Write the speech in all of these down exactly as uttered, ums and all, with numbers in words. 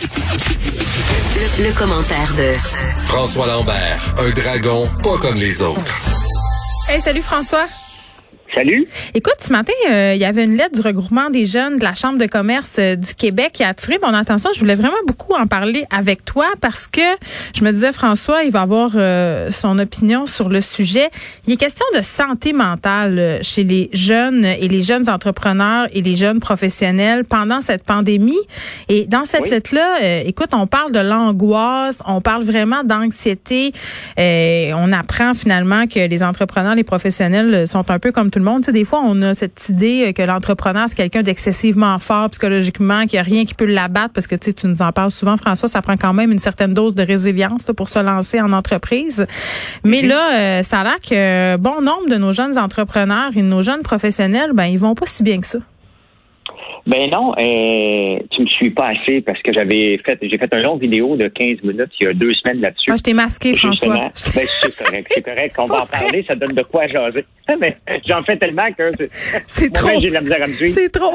Le, le commentaire de François Lambert, un dragon pas comme les autres. Hey, salut François. Salut. Écoute, ce matin, euh, il y avait une lettre du regroupement des jeunes de la Chambre de commerce euh, du Québec qui a attiré mon attention. Je voulais vraiment beaucoup en parler avec toi parce que je me disais, François, il va avoir euh, son opinion sur le sujet. Il est question de santé mentale chez les jeunes et les jeunes entrepreneurs et les jeunes professionnels pendant cette pandémie. Et dans cette oui. lettre-là, euh, écoute, on parle de l'angoisse, on parle vraiment d'anxiété. Euh, on apprend finalement que les entrepreneurs, les professionnels sont un peu comme tout le monde. Tu sais, des fois, on a cette idée que l'entrepreneur, c'est quelqu'un d'excessivement fort psychologiquement, qu'il n'y a rien qui peut l'abattre parce que tu sais, tu nous en parles souvent, François, ça prend quand même une certaine dose de résilience là, pour se lancer en entreprise. Mais mm-hmm. là, euh, ça a l'air que bon nombre de nos jeunes entrepreneurs et de nos jeunes professionnels, ben ils vont pas si bien que ça. Ben non, euh, tu me suis pas assez parce que j'avais fait, j'ai fait une longue vidéo de quinze minutes il y a deux semaines là-dessus. Ah, je t'ai masqué, François. Ben, c'est correct, c'est correct. On va en parler, ça donne de quoi jaser. Mais j'en fais tellement que c'est, c'est trop. J'ai de la misère à me suivre. C'est trop.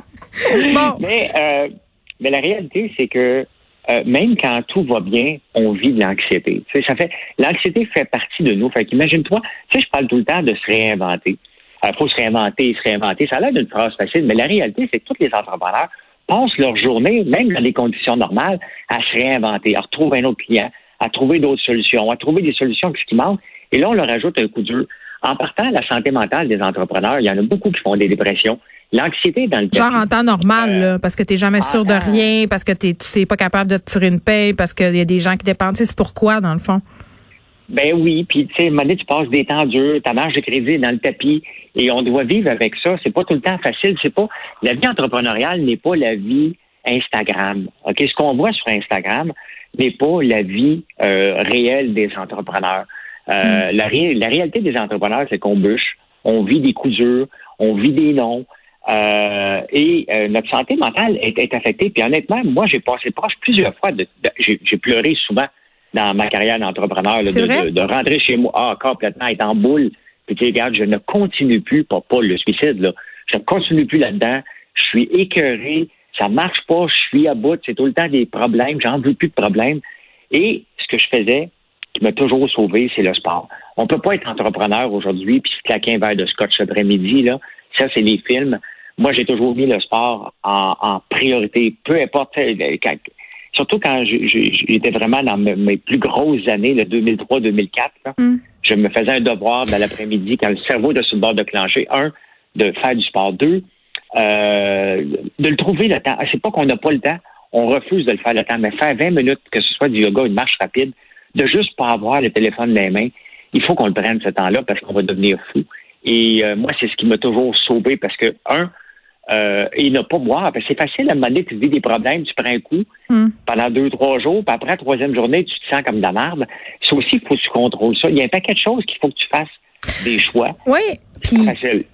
Bon. Mais, euh, mais la réalité, c'est que euh, même quand tout va bien, on vit de l'anxiété. Tu sais, ça fait, l'anxiété fait partie de nous. Fait qu'imagine-toi, tu sais, je parle tout le temps de se réinventer. Il faut se réinventer, se réinventer. Ça a l'air d'une phrase facile, mais la réalité, c'est que tous les entrepreneurs passent leur journée, même dans des conditions normales, à se réinventer, à retrouver un autre client, à trouver d'autres solutions, à trouver des solutions qui qui manquent. Et là, on leur ajoute un coup dur. En partant, la santé mentale des entrepreneurs, il y en a beaucoup qui font des dépressions. L'anxiété dans le Genre en temps normal, euh, là, parce que tu n'es jamais sûr de rien, parce que t'es, tu sais pas capable de te tirer une paye, parce qu'il y a des gens qui dépendent. C'est pourquoi, dans le fond? Ben oui, puis tu sais, à un moment donné, tu passes des temps durs, ta marge de crédit est dans le tapis, et on doit vivre avec ça. C'est pas tout le temps facile. C'est pas la vie entrepreneuriale n'est pas la vie Instagram. Ok, ce qu'on voit sur Instagram n'est pas la vie euh, réelle des entrepreneurs. Euh, mm. la, ré- la réalité des entrepreneurs, c'est qu'on bûche, on vit des coups durs, on vit des noms, euh, et euh, notre santé mentale est, est affectée. Puis honnêtement, moi, j'ai passé proche plusieurs fois. De, de j'ai, j'ai pleuré souvent dans ma carrière d'entrepreneur, là, de, de, de rentrer chez moi, ah, complètement, être en boule. Puis tu sais, regarde, je ne continue plus, pas, pas le suicide, là, je ne continue plus là-dedans, je suis écœuré, ça marche pas, je suis à bout, c'est tout le temps des problèmes, j'en veux plus de problèmes. Et ce que je faisais, qui m'a toujours sauvé, c'est le sport. On peut pas être entrepreneur aujourd'hui puis se claquer un verre de scotch après-midi, là. Ça, c'est les films. Moi, j'ai toujours mis le sport en, en priorité, peu importe, quand, surtout quand je, je, j'étais vraiment dans mes, mes plus grosses années, le deux mille trois deux mille quatre, là, mm. je me faisais un devoir dans l'après-midi quand le cerveau était sur le bord de clencher. Un, de faire du sport. Deux, euh, de le trouver le temps. C'est pas qu'on n'a pas le temps, on refuse de le faire le temps, mais faire vingt minutes, que ce soit du yoga, une marche rapide, de juste pas avoir le téléphone dans les mains, il faut qu'on le prenne ce temps-là parce qu'on va devenir fou. Et euh, moi, c'est ce qui m'a toujours sauvé parce que, un, Euh, et ne pas boire. Parce que c'est facile à un moment donné, tu vis des problèmes, tu prends un coup mm. pendant deux, trois jours, puis après la troisième journée, tu te sens comme de la merde. C'est aussi, il faut que tu contrôles ça. Il y a un paquet de choses qu'il faut que tu fasses des choix. Oui, puis facile.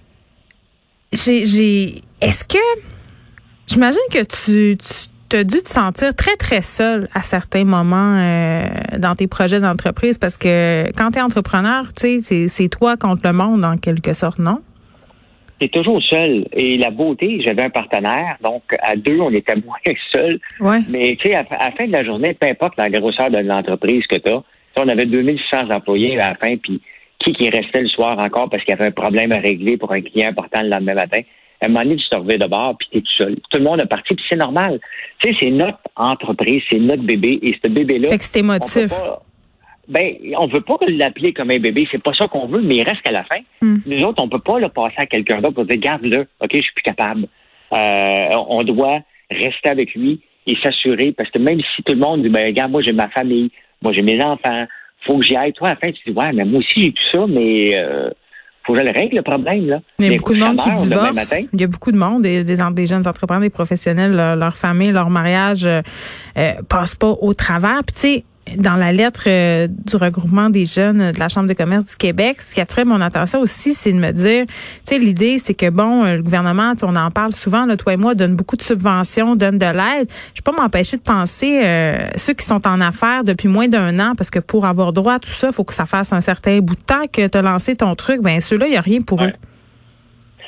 J'ai, j'ai. Est-ce que j'imagine que tu, tu as dû te sentir très, très seul à certains moments euh, dans tes projets d'entreprise parce que quand tu es entrepreneur, tu sais, c'est, c'est toi contre le monde en quelque sorte, non? T'es toujours seul. Et la beauté, j'avais un partenaire, donc à deux, on était moins seuls. Ouais. Mais tu sais, à, à la fin de la journée, peu importe la grosseur de l'entreprise que tu as, on avait deux mille six cents employés à la fin, puis qui qui restait le soir encore parce qu'il y avait un problème à régler pour un client important le lendemain matin. À un moment donné, tu te revais de bord, puis t'es tout seul. Tout le monde est parti, puis c'est normal. Tu sais, c'est notre entreprise, c'est notre bébé, et ce bébé-là... Fait que c'est émotif. Ben, on veut pas l'appeler comme un bébé, c'est pas ça qu'on veut, mais il reste qu'à la fin. Mm. Nous autres, on peut pas le passer à quelqu'un d'autre pour dire, garde-le, OK, je suis plus capable. Euh, on doit rester avec lui et s'assurer, parce que même si tout le monde dit, ben, regarde, moi, j'ai ma famille, moi, j'ai mes enfants, faut que j'y aille. Toi, à la fin, tu dis, ouais, mais moi aussi, j'ai tout ça, mais euh, faut que je le règle, le problème, là. Il y a beaucoup de monde qui divorce. Il y a beaucoup de monde, des, des, des jeunes entrepreneurs, des professionnels, leur, leur famille, leur mariage euh, euh, passe pas au travers. Puis, tu sais, dans la lettre euh, du regroupement des jeunes de la Chambre de commerce du Québec, ce qui attire mon attention aussi, c'est de me dire, tu sais, l'idée, c'est que, bon, euh, le gouvernement, on en parle souvent, là, toi et moi, donne beaucoup de subventions, donne de l'aide. Je peux pas m'empêcher de penser, euh, ceux qui sont en affaires depuis moins d'un an, parce que pour avoir droit à tout ça, il faut que ça fasse un certain bout de temps que tu as lancé ton truc, ben ceux-là, il n'y a rien pour ouais. eux.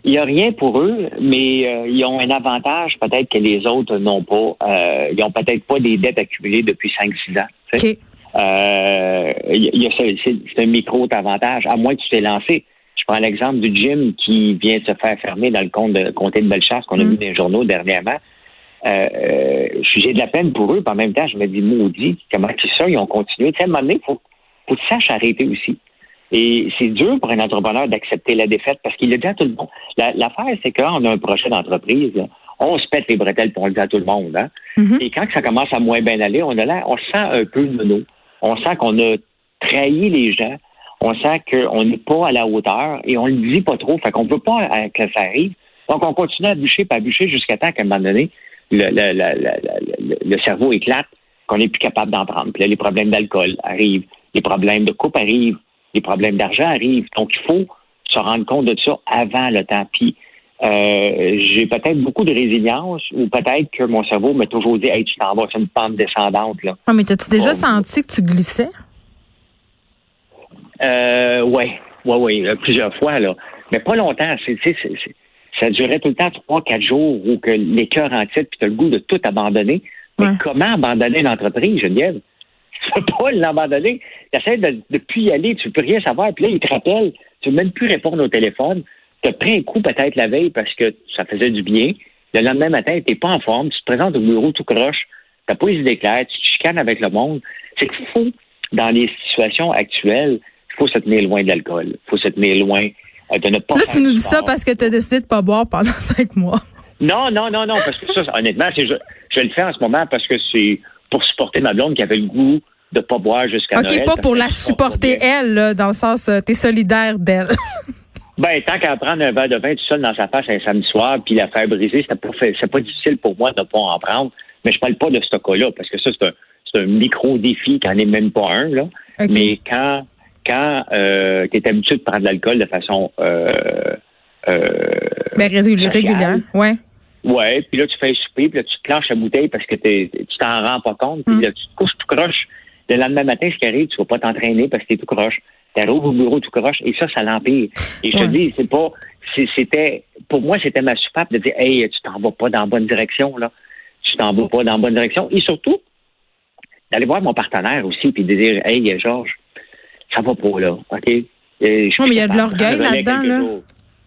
il n'y a rien pour eux, mais euh, ils ont un avantage peut-être que les autres n'ont pas. Euh, ils n'ont peut-être pas des dettes accumulées depuis cinq six ans. Tu sais. OK. Euh, il y a, c'est, c'est un micro-avantage, à moins que tu t'es lancé. Je prends l'exemple du gym qui vient de se faire fermer dans le compte de, comté de Bellechasse qu'on a mm. vu dans les journaux dernièrement. Euh, euh, j'ai de la peine pour eux, puis en même temps, je me dis, maudit, comment c'est ça, ils ont continué. Tu sais, à un moment donné, il faut, faut que tu saches arrêter aussi. Et c'est dur pour un entrepreneur d'accepter la défaite parce qu'il le dit à tout le monde. La, l'affaire, c'est que quand on a un projet d'entreprise, là, on se pète les bretelles pour on le dit à tout le monde. Hein? Mm-hmm. Et quand ça commence à moins bien aller, on a là, on se sent un peu nono. On sent qu'on a trahi les gens. On sent qu'on n'est pas à la hauteur et on le dit pas trop. Fait qu'on ne veut pas que ça arrive. Donc, on continue à bûcher, pas bûcher jusqu'à temps qu'à un moment donné, le, le, le, le, le cerveau éclate, qu'on n'est plus capable d'en prendre. Puis là, les problèmes d'alcool arrivent, les problèmes de couple arrivent, les problèmes d'argent arrivent. Donc, il faut se rendre compte de ça avant le temps. Puis, euh, j'ai peut-être beaucoup de résilience ou peut-être que mon cerveau m'a toujours dit « Hey, tu t'en vas sur une pente descendante. » là. Ah, mais t'as-tu déjà oh, senti que tu glissais? Euh, oui, oui, oui, plusieurs fois, là. Mais pas longtemps. C'est, c'est, c'est, c'est, ça durait tout le temps trois, quatre jours où que les cœurs en titre puis tu as le goût de tout abandonner. Mais ouais. Comment abandonner l'entreprise, Geneviève? Tu ne peux pas l'abandonner. Tu essaies de ne plus y aller, tu ne peux rien savoir. Puis là, il te rappelle, tu ne veux même plus répondre au téléphone. Tu as pris un coup peut-être la veille parce que ça faisait du bien. Le lendemain matin, tu n'es pas en forme. Tu te présentes au bureau tout croche. Tu n'as pas les idées claires. Tu te chicanes avec le monde. C'est qu'il faut, dans les situations actuelles, il faut se tenir loin de l'alcool. Il faut se tenir loin euh, de ne pas Là, faire tu nous dis sport. ça parce que tu as décidé de ne pas boire pendant cinq mois. Non, non, non, non, parce que ça, honnêtement, c'est, je, je le fais en ce moment parce que c'est pour supporter ma blonde qui avait le goût de pas boire jusqu'à okay, Noël. OK, pas pour la supporter elle, là, dans le sens, euh, t'es solidaire d'elle. Ben, tant qu'à prendre un verre de vin tout seul dans sa face un samedi soir, puis la faire briser, c'était pas, fait, c'est pas difficile pour moi de ne pas en prendre. Mais je parle pas de ce cas-là, parce que ça, c'est un, c'est un micro-défi qui n'en est même pas un, là. Okay. Mais quand, quand euh, tu es habitué de prendre de l'alcool de façon euh, euh, ben, régulière, ouais. Ouais, puis là, tu fais un souper, puis là, tu te clenches la bouteille parce que t'es, tu t'en rends pas compte, puis mm. là, tu te couches tout croche. Le lendemain matin, ce qui arrive, tu vas pas t'entraîner parce que t'es tout croche. T'arrives au bureau tout croche, et ça, ça l'empire. Et je ouais. te dis, c'est pas, c'est, c'était, pour moi, c'était ma soupape de dire, hey, tu t'en vas pas dans la bonne direction, là. Tu t'en vas pas dans la bonne direction. Et surtout, d'aller voir mon partenaire aussi, puis de dire, hey, Georges, ça va pas, là, OK? Et je non, mais il y a de l'orgueil là-dedans, là. Jours.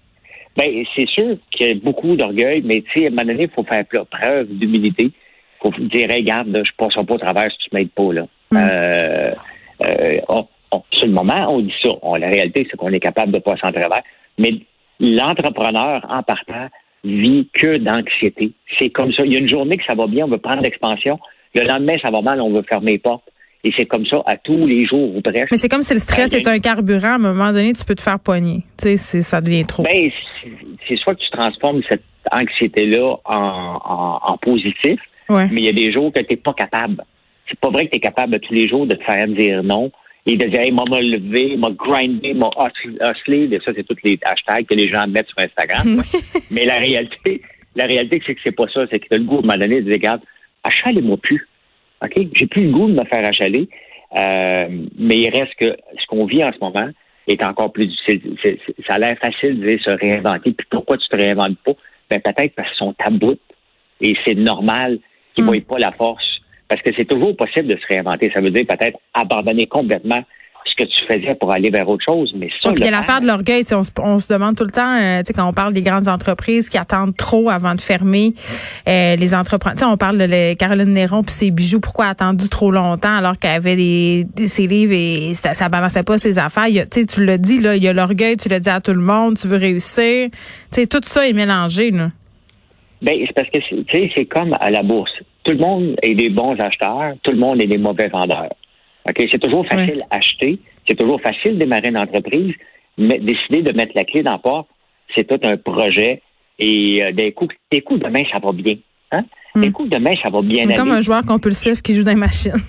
Ben, c'est sûr qu'il y a beaucoup d'orgueil, mais tu sais, à un moment donné, il faut faire preuve d'humilité. Il faut dire, hey, regarde, là, je ne passerai pas au travers si tu ne m'aides pas, là. Mm. Euh, euh, on, on, sur le moment, on dit ça. On, la réalité, c'est qu'on est capable de passer en travers. Mais l'entrepreneur, en partant, vit que d'anxiété. C'est comme ça. Il y a une journée que ça va bien, on veut prendre l'expansion. Le lendemain, ça va mal, on veut fermer les portes. Et c'est comme ça à tous les jours ou presque. Mais c'est comme si le stress est un carburant. À un moment donné, tu peux te faire pogner. Tu sais, c'est, ça devient trop. Ben, c'est, c'est soit que tu transformes cette anxiété-là en, en, en positif, ouais. Mais il y a des jours que tu n'es pas capable. C'est pas vrai que tu es capable tous les jours de te faire dire non et de dire, hey, m'a levé, m'a grindé, m'a hustlé. Ça, c'est tous les hashtags que les gens mettent sur Instagram. Mais la réalité, la réalité, c'est que c'est pas ça. C'est que tu as le goût, à un moment donné, de dire, regarde, achalez-moi plus. OK? J'ai plus le goût de me faire achaler, euh, mais il reste que ce qu'on vit en ce moment est encore plus difficile. C'est, c'est, ça a l'air facile de dire se réinventer. Puis pourquoi tu te réinventes pas? Ben peut-être parce qu'ils sont à bout. Et c'est normal qu'ils ne mmh. voient pas la force. Parce que c'est toujours possible de se réinventer. Ça veut dire peut-être abandonner complètement ce que tu faisais pour aller vers autre chose. Mais ça, il y a l'affaire de l'orgueil. On se, on se demande tout le temps, euh, quand on parle des grandes entreprises qui attendent trop avant de fermer, euh, les entrepreneurs. On parle de les, Caroline Néron puis ses bijoux. Pourquoi elle a attendu trop longtemps alors qu'elle avait des, des ses livres et ça, ça balançait pas ses affaires. Il y a, tu l'as dit, là, il y a l'orgueil, tu l'as dit à tout le monde, tu veux réussir. T'sais, tout ça est mélangé, là. Ben, c'est parce que tu sais, c'est comme à la bourse. Tout le monde est des bons acheteurs, tout le monde est des mauvais vendeurs. OK? C'est toujours facile oui. acheter, c'est toujours facile de démarrer une entreprise, mais décider de mettre la clé dans la porte, c'est tout un projet. Et euh, d'un coup, d'un coup, demain, ça va bien. Hein? Mm. D'un coup, demain, ça va bien c'est aller. Comme un joueur compulsif qui joue dans les machines.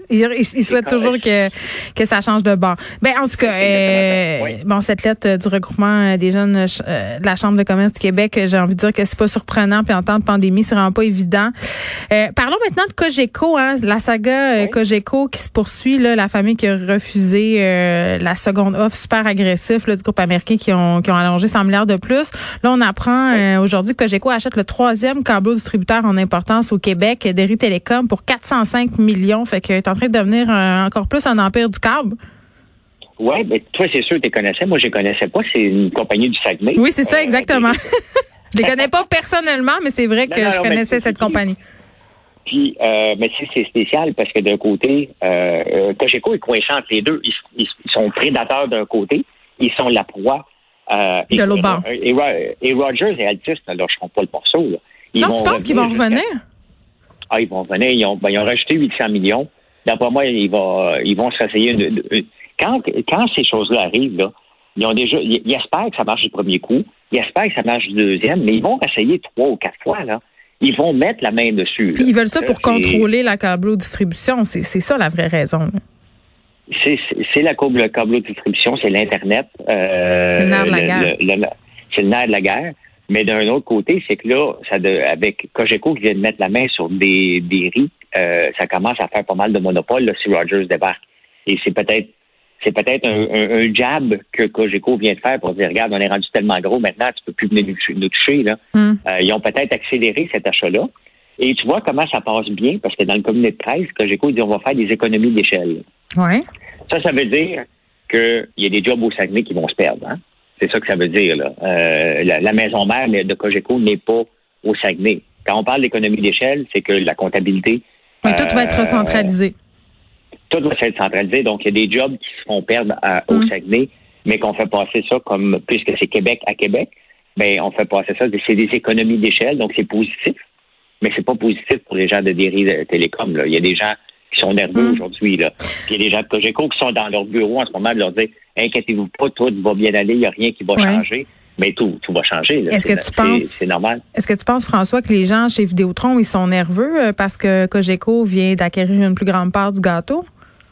Il, il, il souhaite toujours que que ça change de bord. Ben en tout cas, euh, oui. bon cette lettre du regroupement des jeunes euh, de la Chambre de commerce du Québec, j'ai envie de dire que c'est pas surprenant. Puis en temps de pandémie, c'est vraiment pas évident. Euh, parlons maintenant de Cogeco, hein, la saga euh, oui. Cogeco qui se poursuit. Là, la famille qui a refusé euh, la seconde offre super agressive là, du groupe américain qui ont qui ont allongé cent milliards de plus. Là, on apprend oui. euh, aujourd'hui que Cogeco achète le troisième câbleau distributeur en importance au Québec, Derry Télécom, pour quatre cent cinq millions. Fait que est en train de devenir un, encore plus un empire du câble. Oui, mais toi, c'est sûr que tu les connaissais. Moi, je les connaissais pas. C'est une compagnie du Saguenay. Oui, c'est ça, exactement. Euh, je les connais pas personnellement, mais c'est vrai que non, non, je connaissais cette compagnie. Puis, euh, mais c'est, c'est spécial parce que d'un côté, euh, Cogeco est coincé entre les deux. Ils, ils, ils sont prédateurs d'un côté, ils sont la proie. Euh, de l'autre bord. Et, et Rogers et Altus ne lâcheront pas le morceau. Là. Ils non, tu penses qu'ils vont revenir? Ah, ils vont revenir. Ils ont, ben, ils ont rajouté huit cents millions. D'après moi, ils vont, ils vont se réessayer. Une, une, une, quand, quand ces choses-là arrivent, là, ils ont déjà, ils, ils espèrent que ça marche du premier coup. Ils espèrent que ça marche du deuxième, mais ils vont essayer trois ou quatre fois, là. Ils vont mettre la main dessus. Puis ils veulent ça là, pour c'est... contrôler la câbleau-distribution. C'est, c'est ça la vraie raison. C'est, c'est, c'est la câbleau-distribution, c'est l'Internet. Euh, c'est le nerf de la le, guerre. Le, le, c'est le nerf de la guerre. Mais d'un autre côté, c'est que là, ça de, avec Cogeco qui vient de mettre la main sur des, des riz, euh, ça commence à faire pas mal de monopole là, si Rogers débarque. Et c'est peut-être c'est peut-être un, un, un jab que Cogeco vient de faire pour dire, regarde, on est rendu tellement gros maintenant, tu peux plus venir nous, nous toucher. Là. Mm. Euh, ils ont peut-être accéléré cet achat-là. Et tu vois comment ça passe bien, parce que dans le communiqué de presse, Cogeco dit on va faire des économies d'échelle. Ouais. Ça, ça veut dire qu'il y a des jobs au Saguenay qui vont se perdre. Hein? C'est ça que ça veut dire. Là. Euh, la, la maison mère de Cogeco n'est pas au Saguenay. Quand on parle d'économie d'échelle, c'est que la comptabilité... Oui, tout euh, va être recentralisé. Tout va être centralisé. Donc, il y a des jobs qui se font perdre à, au mm. Saguenay, mais qu'on fait passer ça comme, puisque c'est Québec à Québec, bien, on fait passer ça, c'est des économies d'échelle, donc c'est positif, mais c'est pas positif pour les gens de Derry Télécom. Là. Il y a des gens qui sont nerveux mm. aujourd'hui. Là. Puis il y a des gens de Cogeco qui sont dans leur bureau en ce moment de leur dire « Inquiétez-vous pas, tout va bien aller, il n'y a rien qui va ouais. changer. » Mais tout, tout va changer. Là. Est-ce c'est, que tu penses, c'est, c'est normal. Est-ce que tu penses, François, que les gens chez Vidéotron, ils sont nerveux parce que Cogeco vient d'acquérir une plus grande part du gâteau?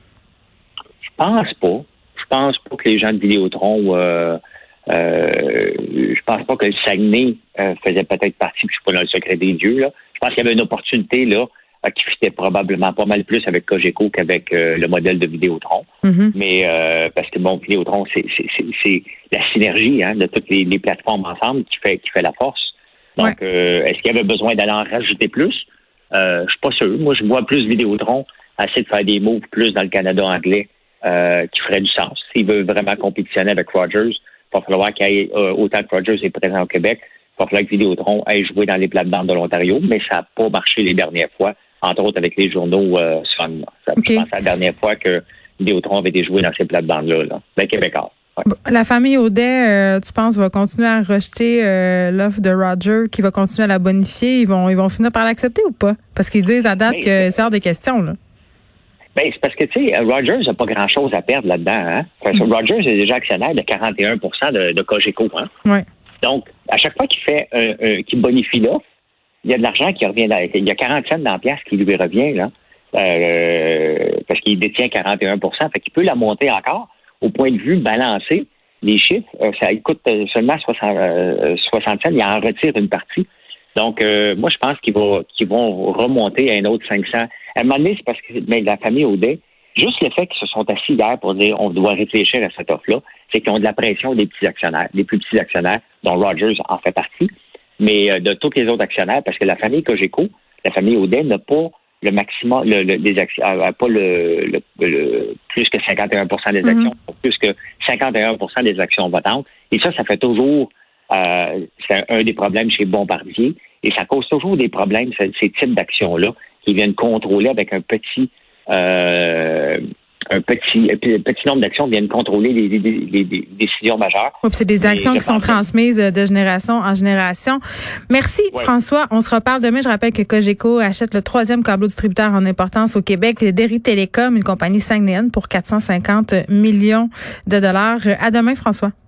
Je pense pas. Je pense pas que les gens de Vidéotron, euh, euh, je pense pas que le Saguenay euh, faisait peut-être partie, puis je suis pas dans le secret des dieux, là. Je pense qu'il y avait une opportunité, là, qui fitait probablement pas mal plus avec Cogeco qu'avec euh, le modèle de Vidéotron. Mm-hmm. Mais euh, parce que bon, Vidéotron, c'est, c'est, c'est, c'est la synergie hein, de toutes les, les plateformes ensemble qui fait qui fait la force. Donc, ouais. euh, est-ce qu'il y avait besoin d'aller en rajouter plus? Euh, je suis pas sûr. Moi, je vois plus Vidéotron essayer de faire des moves plus dans le Canada anglais euh, qui ferait du sens. S'il veut vraiment compétitionner avec Rogers, il va falloir qu'il y ait euh, autant que Rogers est présent au Québec. Il va falloir que Vidéotron aille jouer dans les plates-bandes de l'Ontario, mais ça n'a pas marché les dernières fois. Entre autres avec les journaux euh, Sun. Okay. Je pense à la dernière fois que Vidéotron avait été joué dans ces plates-bandes-là, là, ben, québécois. Ouais. La famille Audet, euh, tu penses, va continuer à rejeter euh, l'offre de Rogers, qui va continuer à la bonifier? Ils vont ils vont finir par l'accepter ou pas? Parce qu'ils disent à date ben, que c'est hors des questions, là. Ben, c'est parce que, tu sais, Rogers n'a pas grand-chose à perdre là-dedans. Hein? Parce que mm. Rogers est déjà actionnaire de quarante et un pour cent de, de Cogeco. Hein? Ouais. Donc, à chaque fois qu'il fait un, un, qu'il bonifie l'offre, il y a de l'argent qui revient. Là. Il y a quarante cents dans la pièce qui lui revient, là, euh, parce qu'il détient quarante et un pour cent. Fait qu'il peut la monter encore. Au point de vue balancé, les chiffres, euh, ça coûte seulement soixante, euh, soixante cents. Il en retire une partie. Donc, euh, moi, je pense qu'ils vont, qu'ils vont remonter à un autre cinq cents. À un moment donné, c'est parce que mais la famille Audet, juste le fait qu'ils se sont assis hier pour dire on doit réfléchir à cette offre-là, c'est qu'ils ont de la pression des petits actionnaires, des plus petits actionnaires, dont Rogers en fait partie. Mais euh, de tous les autres actionnaires, parce que la famille Cogeco, la famille Audet n'a pas le maximum, le, le, des actions, a pas le, le, le plus que cinquante et un pour cent des actions, mm-hmm. plus que cinquante et un pour cent des actions votantes. Et ça, ça fait toujours, euh, c'est un, un des problèmes chez Bombardier, et ça cause toujours des problèmes, ces, ces types d'actions-là, qui viennent contrôler avec un petit, euh, un petit, un petit nombre d'actions viennent contrôler les, les, les, les décisions majeures. Oui, puis c'est des actions qui sont transmises de génération en génération. Merci, ouais. François. On se reparle demain. Je rappelle que Cogeco achète le troisième câbleau distributeur en importance au Québec, Derry Télécom, une compagnie saguenayenne, pour quatre cent cinquante millions de dollars. À demain, François.